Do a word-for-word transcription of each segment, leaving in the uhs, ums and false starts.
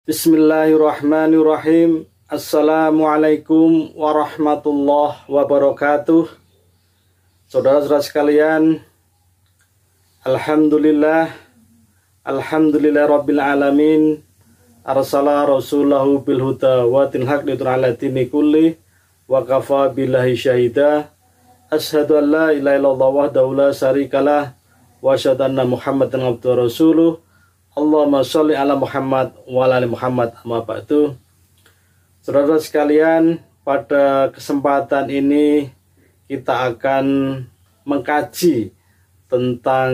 Bismillahirrahmanirrahim. Assalamualaikum warahmatullahi wabarakatuh. Saudara-saudara sekalian, Alhamdulillah, Alhamdulillah Rabbil Alamin. Arsala rasulahu bil huda wa tin haq li ala dini kulli wa kafa billahi syahida. Asyhadu an la ilaha illallah wahdahu la syarikalah wa asyhadu anna Muhammadan abduhu wa rasuluh. Allahumma sholli ala Muhammad wa ala ali Muhammad, amma ba'du. Saudara sekalian, pada kesempatan ini kita akan mengkaji tentang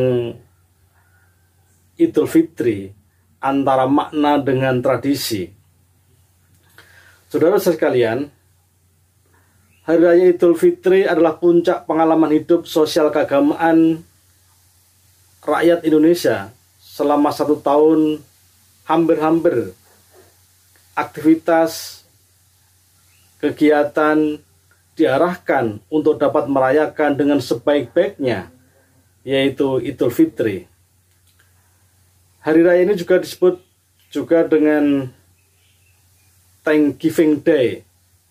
Idul Fitri, antara makna dengan tradisi. Saudara sekalian, Hari Raya Idul Fitri adalah puncak pengalaman hidup sosial keagamaan rakyat Indonesia. Selama satu tahun, hampir-hampir aktivitas kegiatan diarahkan untuk dapat merayakan dengan sebaik-baiknya, yaitu Idul Fitri. Hari raya ini juga disebut juga dengan Thanksgiving Day.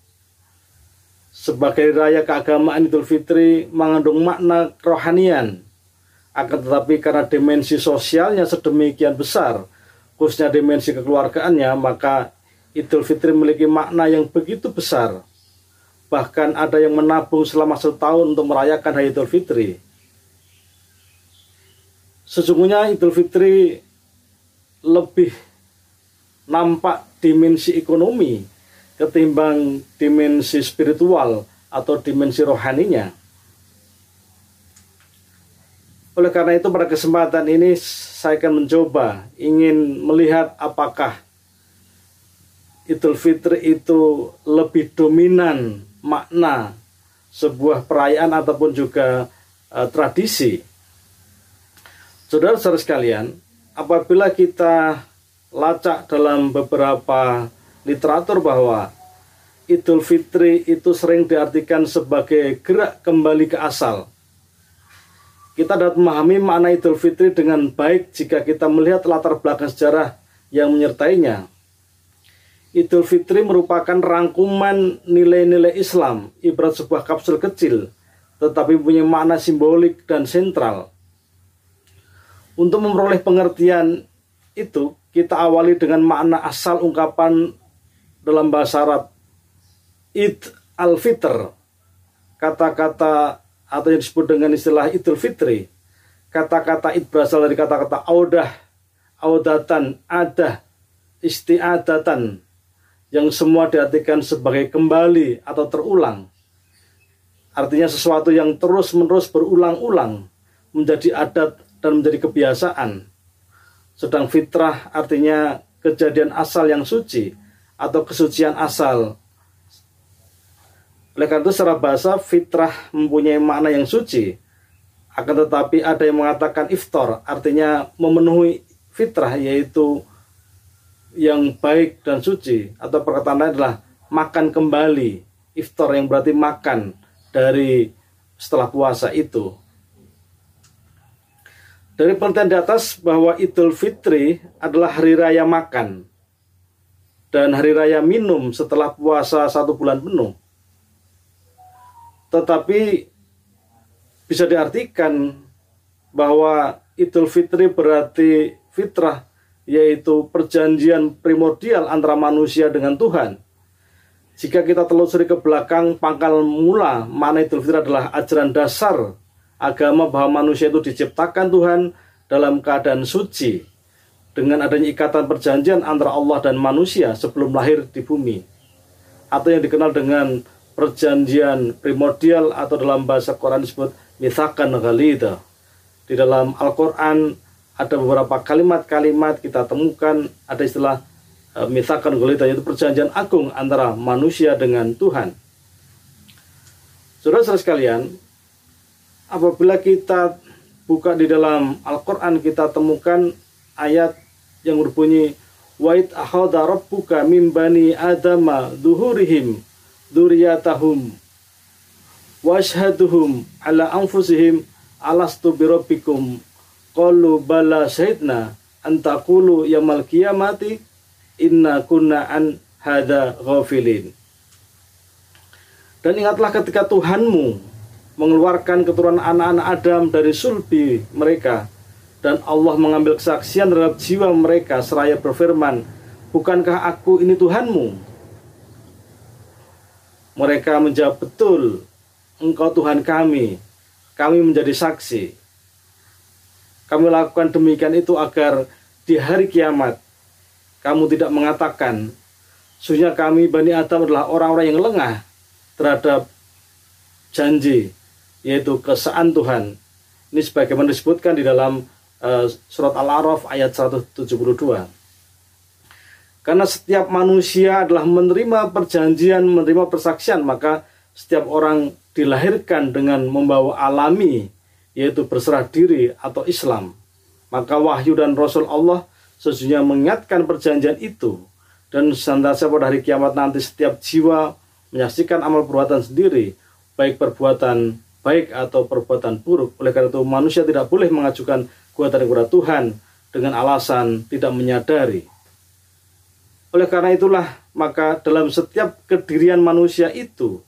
Sebagai raya keagamaan, Idul Fitri mengandung makna kerohanian. Akan tetapi karena dimensi sosialnya sedemikian besar, khususnya dimensi kekeluargaannya, maka Idul Fitri memiliki makna yang begitu besar. Bahkan ada yang menabung selama satu tahun untuk merayakan Hari Idul Fitri. Sesungguhnya Idul Fitri lebih nampak dimensi ekonomi ketimbang dimensi spiritual atau dimensi rohaninya. Oleh karena itu, pada kesempatan ini saya akan mencoba ingin melihat apakah Idul Fitri itu lebih dominan makna sebuah perayaan ataupun juga uh, tradisi. Saudara-saudara sekalian, apabila kita lacak dalam beberapa literatur bahwa Idul Fitri itu sering diartikan sebagai gerak kembali ke asal. Kita dapat memahami makna Idul Fitri dengan baik jika kita melihat latar belakang sejarah yang menyertainya. Idul Fitri merupakan rangkuman nilai-nilai Islam, ibarat sebuah kapsul kecil, tetapi punya makna simbolik dan sentral. Untuk memperoleh pengertian itu, kita awali dengan makna asal ungkapan dalam bahasa Arab, Id al-Fitr. Kata-kata atau yang disebut dengan istilah Idul Fitri. Kata-kata id berasal dari kata-kata audah, audatan, adah, isti'adatan, yang semua diartikan sebagai kembali atau terulang. Artinya sesuatu yang terus-menerus berulang-ulang, menjadi adat dan menjadi kebiasaan. Sedang fitrah artinya kejadian asal yang suci atau kesucian asal. Oleh karena itu, secara bahasa fitrah mempunyai makna yang suci. Akan tetapi ada yang mengatakan iftar, artinya memenuhi fitrah, yaitu yang baik dan suci. Atau perkataan lain adalah makan kembali. Iftar yang berarti makan dari setelah puasa itu. Dari penelitian di atas bahwa Idul Fitri adalah hari raya makan dan hari raya minum setelah puasa satu bulan penuh. Tetapi bisa diartikan bahwa Idul Fitri berarti fitrah, yaitu perjanjian primordial antara manusia dengan Tuhan. Jika kita telusuri ke belakang pangkal mula, makna Idul Fitri adalah ajaran dasar agama bahwa manusia itu diciptakan Tuhan dalam keadaan suci, dengan adanya ikatan perjanjian antara Allah dan manusia sebelum lahir di bumi, atau yang dikenal dengan perjanjian primordial, atau dalam bahasa Quran disebut mitsakan ghalidha. Di dalam Al-Quran ada beberapa kalimat-kalimat kita temukan ada istilah e, mitsakan ghalidha, yaitu perjanjian agung antara manusia dengan Tuhan. Saudara-saudara sekalian, apabila kita buka di dalam Al-Quran, kita temukan ayat yang berbunyi wa id akhadha rabbuka mim bani adama zuhurihim dzurriyyatahum washhaduhum ala anfusihim alastu birabbikum qalu bala syahidna antaqulu yaumil qiyamati inna kunna an hadza ghafilin. Dan ingatlah ketika Tuhanmu mengeluarkan keturunan anak-anak Adam dari sulbi mereka, dan Allah mengambil kesaksian terhadap jiwa mereka seraya berfirman, bukankah aku ini Tuhanmu? Mereka menjawab, betul, engkau Tuhan kami, kami menjadi saksi. Kami lakukan demikian itu agar di hari kiamat kamu tidak mengatakan, sesungguhnya kami Bani Adam adalah orang-orang yang lengah terhadap janji, yaitu kesaan Tuhan. Ini sebagaimana disebutkan di dalam uh, surat Al-A'raf ayat seratus tujuh puluh dua. Karena setiap manusia adalah menerima perjanjian, menerima persaksian, maka setiap orang dilahirkan dengan membawa alami, yaitu berserah diri atau Islam. Maka wahyu dan Rasul Allah sesungguhnya mengingatkan perjanjian itu, dan senantiasa pada hari kiamat nanti setiap jiwa menyaksikan amal perbuatan sendiri, baik perbuatan baik atau perbuatan buruk. Oleh karena itu manusia tidak boleh mengajukan gugatan kepada Tuhan dengan alasan tidak menyadari. Oleh karena itulah maka dalam setiap kedirian manusia itu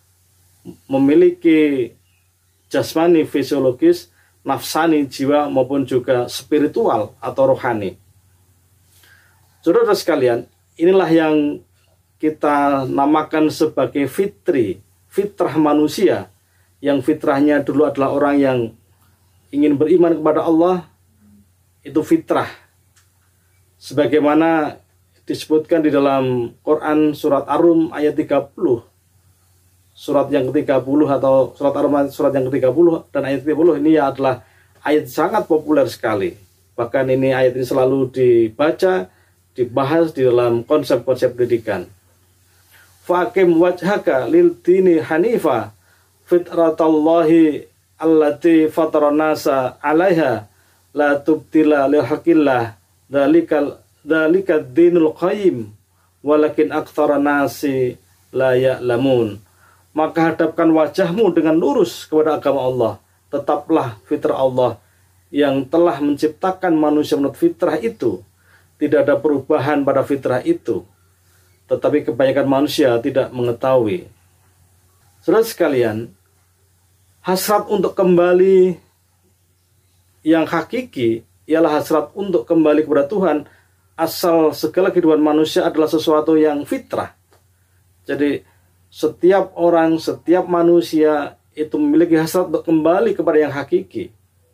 memiliki jasmani fisiologis, nafsani jiwa maupun juga spiritual atau rohani. Saudara sekalian, inilah yang kita namakan sebagai fitri, fitrah manusia, yang fitrahnya dulu adalah orang yang ingin beriman kepada Allah, itu fitrah. Sebagaimana disebutkan di dalam Quran surat Ar-Rum ayat tiga puluh. Surat yang ke tiga puluh atau surat Ar-Rum surat yang ke tiga puluh dan ayat tiga puluh ini adalah ayat sangat populer sekali. Bahkan ini ayat ini selalu dibaca, dibahas di dalam konsep-konsep pendidikan. Faqim wajhaka lil dini hanifa fitratallahi allati fataranasa 'alaiha la tubtila li haqqillah dzalikal dzalika dinul qayyim walakin aktsara nasi la ya'lamun. Maka hadapkan wajahmu dengan lurus kepada agama Allah, tetaplah fitrah Allah yang telah menciptakan manusia menurut fitrah itu. Tidak ada perubahan pada fitrah itu, tetapi kebanyakan manusia tidak mengetahui. Saudara sekalian, hasrat untuk kembali yang hakiki ialah hasrat untuk kembali kepada Tuhan. Asal segala kehidupan manusia adalah sesuatu yang fitrah. Jadi setiap orang, setiap manusia itu memiliki hasrat untuk kembali kepada yang hakiki.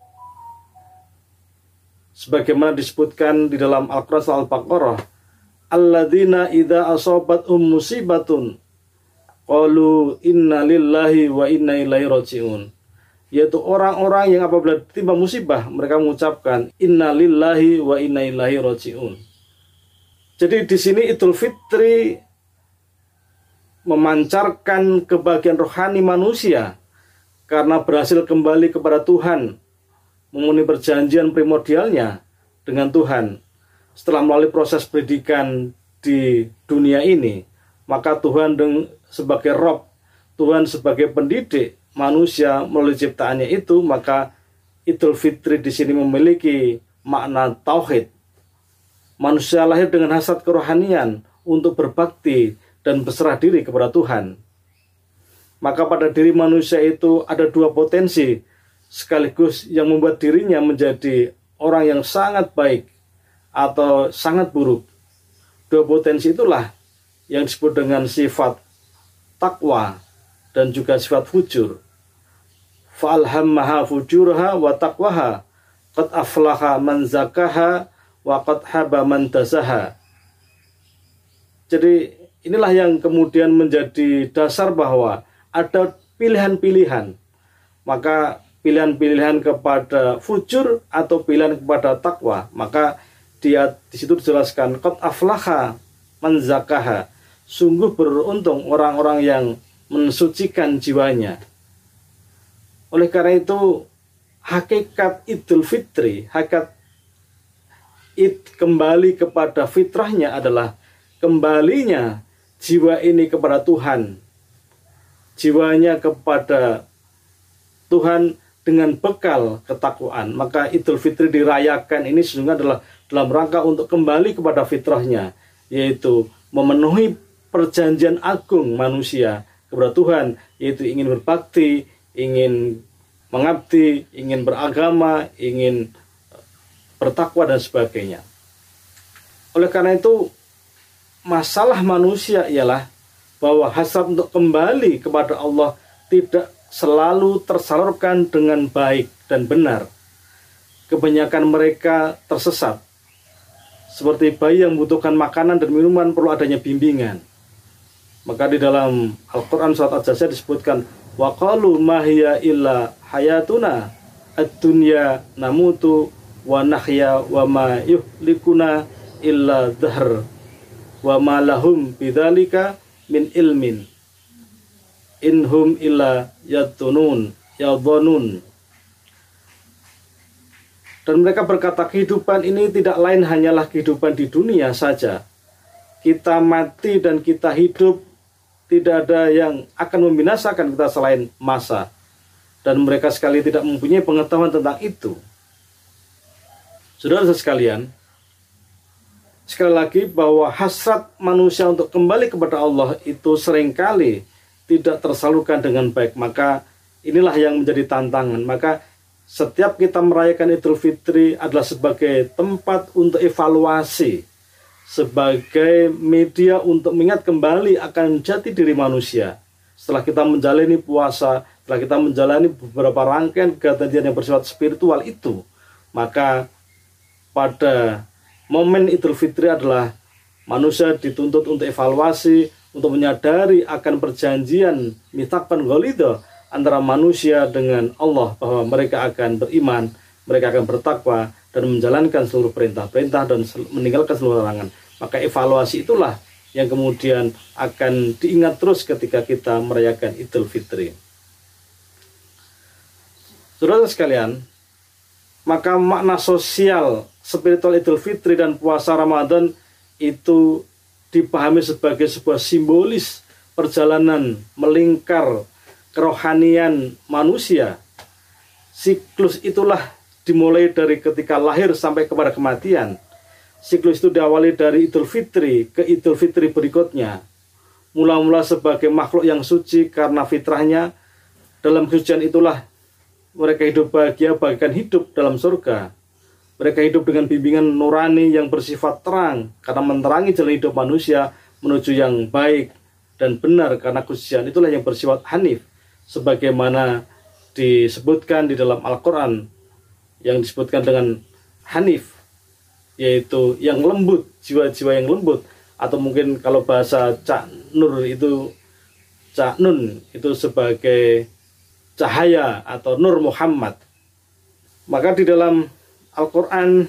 Sebagaimana disebutkan di dalam Al-Quran surah Al-Baqarah, alladzina idza asabathum musibatun qalu inna lillahi wa inna ilaihi raji'un. Yaitu orang-orang yang apabila ditimpa musibah, mereka mengucapkan inna lillahi wa inna ilaihi raji'un. Jadi di sini Idul Fitri memancarkan kebahagiaan rohani manusia karena berhasil kembali kepada Tuhan, memenuhi perjanjian primordialnya dengan Tuhan. Setelah melalui proses pendidikan di dunia ini, maka Tuhan sebagai Rob, Tuhan sebagai pendidik manusia melalui ciptaannya itu, maka Idul Fitri di sini memiliki makna tauhid. Manusia lahir dengan hasrat kerohanian untuk berbakti dan berserah diri kepada Tuhan. Maka pada diri manusia itu ada dua potensi sekaligus yang membuat dirinya menjadi orang yang sangat baik atau sangat buruk. Dua potensi itulah yang disebut dengan sifat takwa dan juga sifat fujur. Fa'alhammaha fujurha wa taqwaha qad aflaha man zakaha wa qad haba man dasaha. Jadi inilah yang kemudian menjadi dasar bahwa ada pilihan-pilihan. Maka pilihan-pilihan kepada fujur atau pilihan kepada takwa. Maka dia di situ dijelaskan qad aflaha man zakaha. Sungguh beruntung orang-orang yang mensucikan jiwanya. Oleh karena itu hakikat Idul Fitri, hakikat id kembali kepada fitrahnya adalah kembalinya jiwa ini kepada Tuhan. Jiwanya kepada Tuhan dengan bekal ketakwaan. Maka Idul Fitri dirayakan ini sesungguhnya adalah dalam rangka untuk kembali kepada fitrahnya, yaitu memenuhi perjanjian agung manusia kepada Tuhan, yaitu ingin berbakti, ingin mengabdi, ingin beragama, ingin bertakwa dan sebagainya. Oleh karena itu, masalah manusia ialah bahwa hasrat untuk kembali kepada Allah tidak selalu tersalurkan dengan baik dan benar. Kebanyakan mereka tersesat. Seperti bayi yang membutuhkan makanan dan minuman perlu adanya bimbingan. Maka di dalam Al-Quran surat Al-Jasiyah disebutkan, wa qalu ma hiya illa hayatuna ad-dunya namutu wa nahya wa ma yuhlikuna illa dhahr wa ma lahum bidzalika min ilmin inhum illa yatunun yadhunun. Dan mereka berkata, kehidupan ini tidak lain hanyalah kehidupan di dunia saja. Kita mati dan kita hidup, tidak ada yang akan membinasakan kita selain masa. Dan mereka sekali tidak mempunyai pengetahuan tentang itu. Saudara sekalian, sekali lagi bahwa hasrat manusia untuk kembali kepada Allah itu seringkali tidak tersalurkan dengan baik. Maka inilah yang menjadi tantangan. Maka setiap kita merayakan Idul Fitri adalah sebagai tempat untuk evaluasi, sebagai media untuk mengingat kembali akan jati diri manusia. Setelah kita menjalani puasa, setelah kita menjalani beberapa rangkaian kegiatan yang bersifat spiritual itu, maka pada momen Idul Fitri adalah manusia dituntut untuk evaluasi, untuk menyadari akan perjanjian mitsaqan ghalidha antara manusia dengan Allah, bahwa mereka akan beriman, mereka akan bertakwa dan menjalankan seluruh perintah-perintah dan meninggalkan seluruh larangan. Maka evaluasi itulah yang kemudian akan diingat terus ketika kita merayakan Idul Fitri. Saudara sekalian, maka makna sosial spiritual Idul Fitri dan puasa Ramadan itu dipahami sebagai sebuah simbolis perjalanan melingkar kerohanian manusia. Siklus itulah dimulai dari ketika lahir sampai kepada kematian. Siklus itu diawali dari Idul Fitri ke Idul Fitri berikutnya. Mula-mula sebagai makhluk yang suci karena fitrahnya, dalam kesucian itulah mereka hidup bahagia bagaikan hidup dalam surga. Mereka hidup dengan bimbingan nurani yang bersifat terang karena menerangi jalan hidup manusia menuju yang baik dan benar, karena kesucian itulah yang bersifat hanif, sebagaimana disebutkan di dalam Al-Quran yang disebutkan dengan hanif, yaitu yang lembut, jiwa-jiwa yang lembut, atau mungkin kalau bahasa Cak Nur itu, Cak Nun itu sebagai cahaya atau Nur Muhammad. Maka di dalam Al-Quran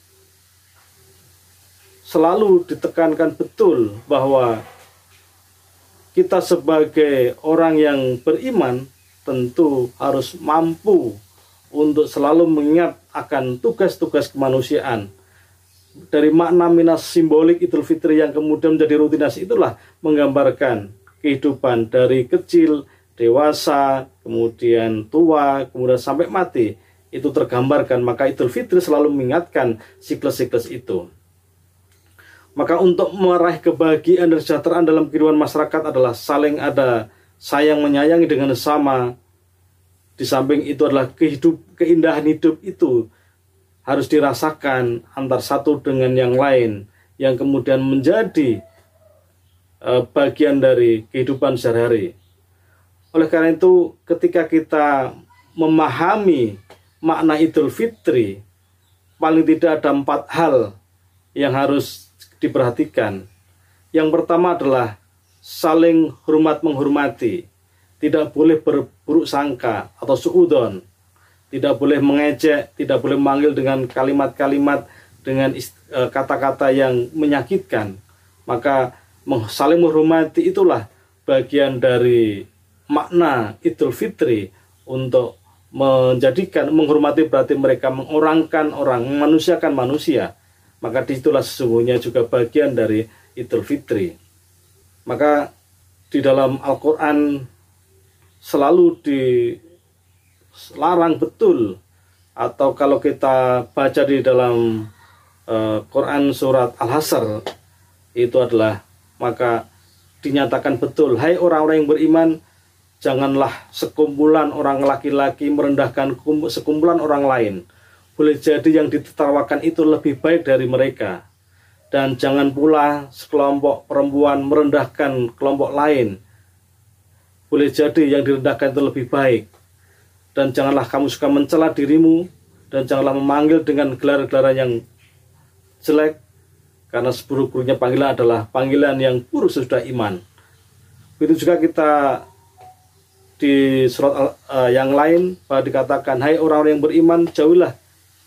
selalu ditekankan betul bahwa kita sebagai orang yang beriman tentu harus mampu untuk selalu mengingat akan tugas-tugas kemanusiaan. Dari makna minas simbolik Idul Fitri yang kemudian menjadi rutinitas itulah menggambarkan kehidupan dari kecil, dewasa, kemudian tua, kemudian sampai mati. Itu tergambarkan, maka Idul Fitri selalu mengingatkan siklus-siklus itu. Maka untuk meraih kebahagiaan dan kesejahteraan dalam kehidupan masyarakat adalah saling ada sayang menyayangi dengan sesama. Di samping itu adalah kehidup, keindahan hidup itu harus dirasakan antar satu dengan yang lain, yang kemudian menjadi uh, bagian dari kehidupan sehari-hari. Oleh karena itu, ketika kita memahami makna Idul Fitri, paling tidak ada empat hal yang harus diperhatikan. Yang pertama adalah saling hormat menghormati. Tidak boleh berburuk sangka atau suudon. Tidak boleh mengejek, tidak boleh memanggil dengan kalimat-kalimat, dengan kata-kata yang menyakitkan. Maka saling menghormati itulah bagian dari makna Idul Fitri, untuk menjadikan, menghormati berarti mereka mengorangkan orang, memanusiakan manusia. Maka disitulah sesungguhnya juga bagian dari Idul Fitri. Maka di dalam Al-Quran selalu dilarang betul, atau kalau kita baca di dalam uh, Quran surat Al-Hasr itu adalah, maka dinyatakan betul, hai orang-orang yang beriman, janganlah sekumpulan orang laki-laki merendahkan sekumpulan orang lain. Boleh jadi yang ditertawakan itu lebih baik dari mereka. Dan jangan pula sekelompok perempuan merendahkan kelompok lain. Boleh jadi yang direndahkan itu lebih baik. Dan janganlah kamu suka mencela dirimu, dan janganlah memanggil dengan gelar-gelaran yang jelek, karena seburuk-buruknya panggilan adalah panggilan yang buruk sesudah iman. Begitu juga kita di surat uh, yang lain bahwa dikatakan, hai orang-orang yang beriman, jauhilah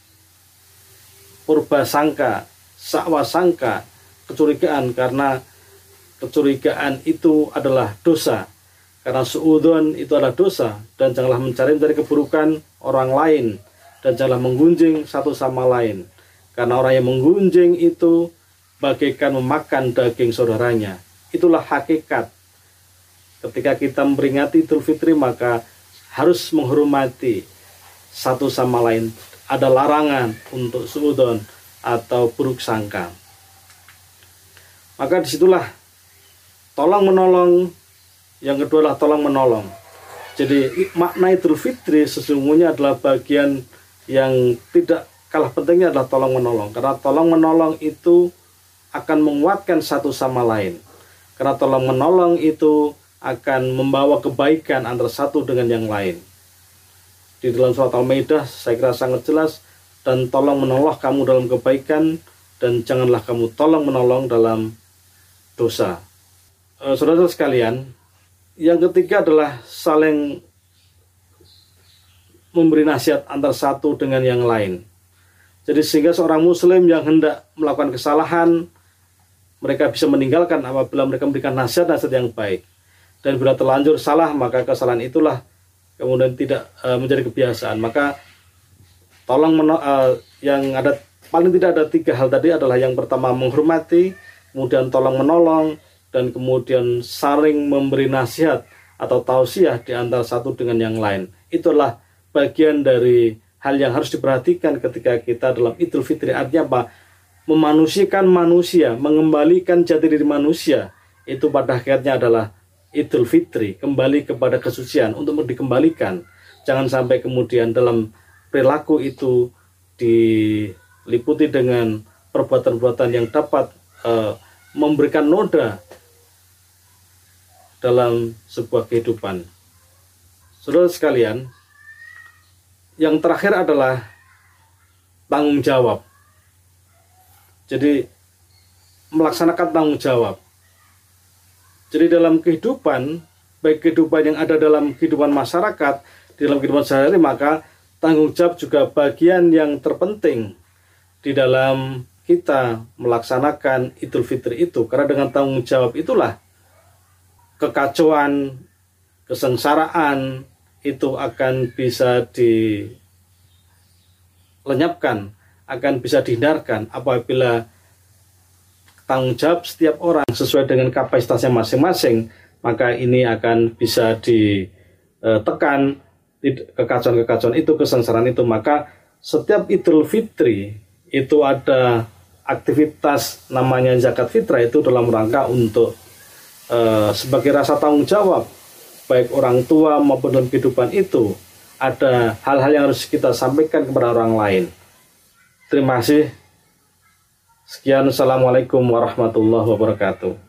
purba sangka, sakwa sangka, kecurigaan, karena kecurigaan itu adalah dosa. Karena suudzon itu adalah dosa. Dan janganlah mencari-cari keburukan orang lain, dan janganlah menggunjing satu sama lain. Karena orang yang menggunjing itu bagaikan memakan daging saudaranya. Itulah hakikat. Ketika kita memperingati Idul Fitri, maka harus menghormati satu sama lain. Ada larangan untuk suudzon atau buruk sangka. Maka disitulah tolong menolong. Yang kedua adalah tolong menolong. Jadi makna Idul Fitri sesungguhnya adalah bagian yang tidak kalah pentingnya adalah tolong menolong. Karena tolong menolong itu akan menguatkan satu sama lain. Karena tolong menolong itu akan membawa kebaikan antara satu dengan yang lain. Di dalam surat Al-Maidah saya kira sangat jelas, dan tolong menolong kamu dalam kebaikan, dan janganlah kamu tolong menolong dalam dosa. E, saudara sekalian, yang ketiga adalah saling memberi nasihat antara satu dengan yang lain. Jadi sehingga seorang muslim yang hendak melakukan kesalahan, mereka bisa meninggalkan apabila mereka memberikan nasihat-nasihat yang baik. Dan bila terlanjur salah, maka kesalahan itulah kemudian tidak uh, menjadi kebiasaan. Maka tolong uh, yang ada paling tidak ada tiga hal tadi adalah yang pertama menghormati, kemudian tolong menolong, dan kemudian saling memberi nasihat atau tausiah di antara satu dengan yang lain. Itulah bagian dari hal yang harus diperhatikan ketika kita dalam Idul Fitri. Artinya apa? Memanusiakan manusia, mengembalikan jati diri manusia. Itu pada akhirnya adalah Idul Fitri, kembali kepada kesucian untuk dikembalikan. Jangan sampai kemudian dalam perilaku itu diliputi dengan perbuatan-perbuatan yang dapat uh, memberikan noda dalam sebuah kehidupan. Saudara sekalian, yang terakhir adalah tanggung jawab. Jadi melaksanakan tanggung jawab. Jadi dalam kehidupan, baik kehidupan yang ada dalam kehidupan masyarakat, di dalam kehidupan sehari-hari, maka tanggung jawab juga bagian yang terpenting di dalam kita melaksanakan Idul Fitri itu. Karena dengan tanggung jawab itulah kekacauan, kesengsaraan itu akan bisa dilenyapkan, akan bisa dihindarkan apabila tanggung jawab setiap orang sesuai dengan kapasitasnya masing-masing, maka ini akan bisa ditekan kekacauan-kekacauan itu, kesengsaraan itu. Maka setiap Idul Fitri itu ada aktivitas namanya zakat fitrah, itu dalam rangka untuk uh, sebagai rasa tanggung jawab baik orang tua maupun dalam kehidupan itu ada hal-hal yang harus kita sampaikan kepada orang lain. Terima kasih. Sekian, assalamualaikum warahmatullahi wabarakatuh.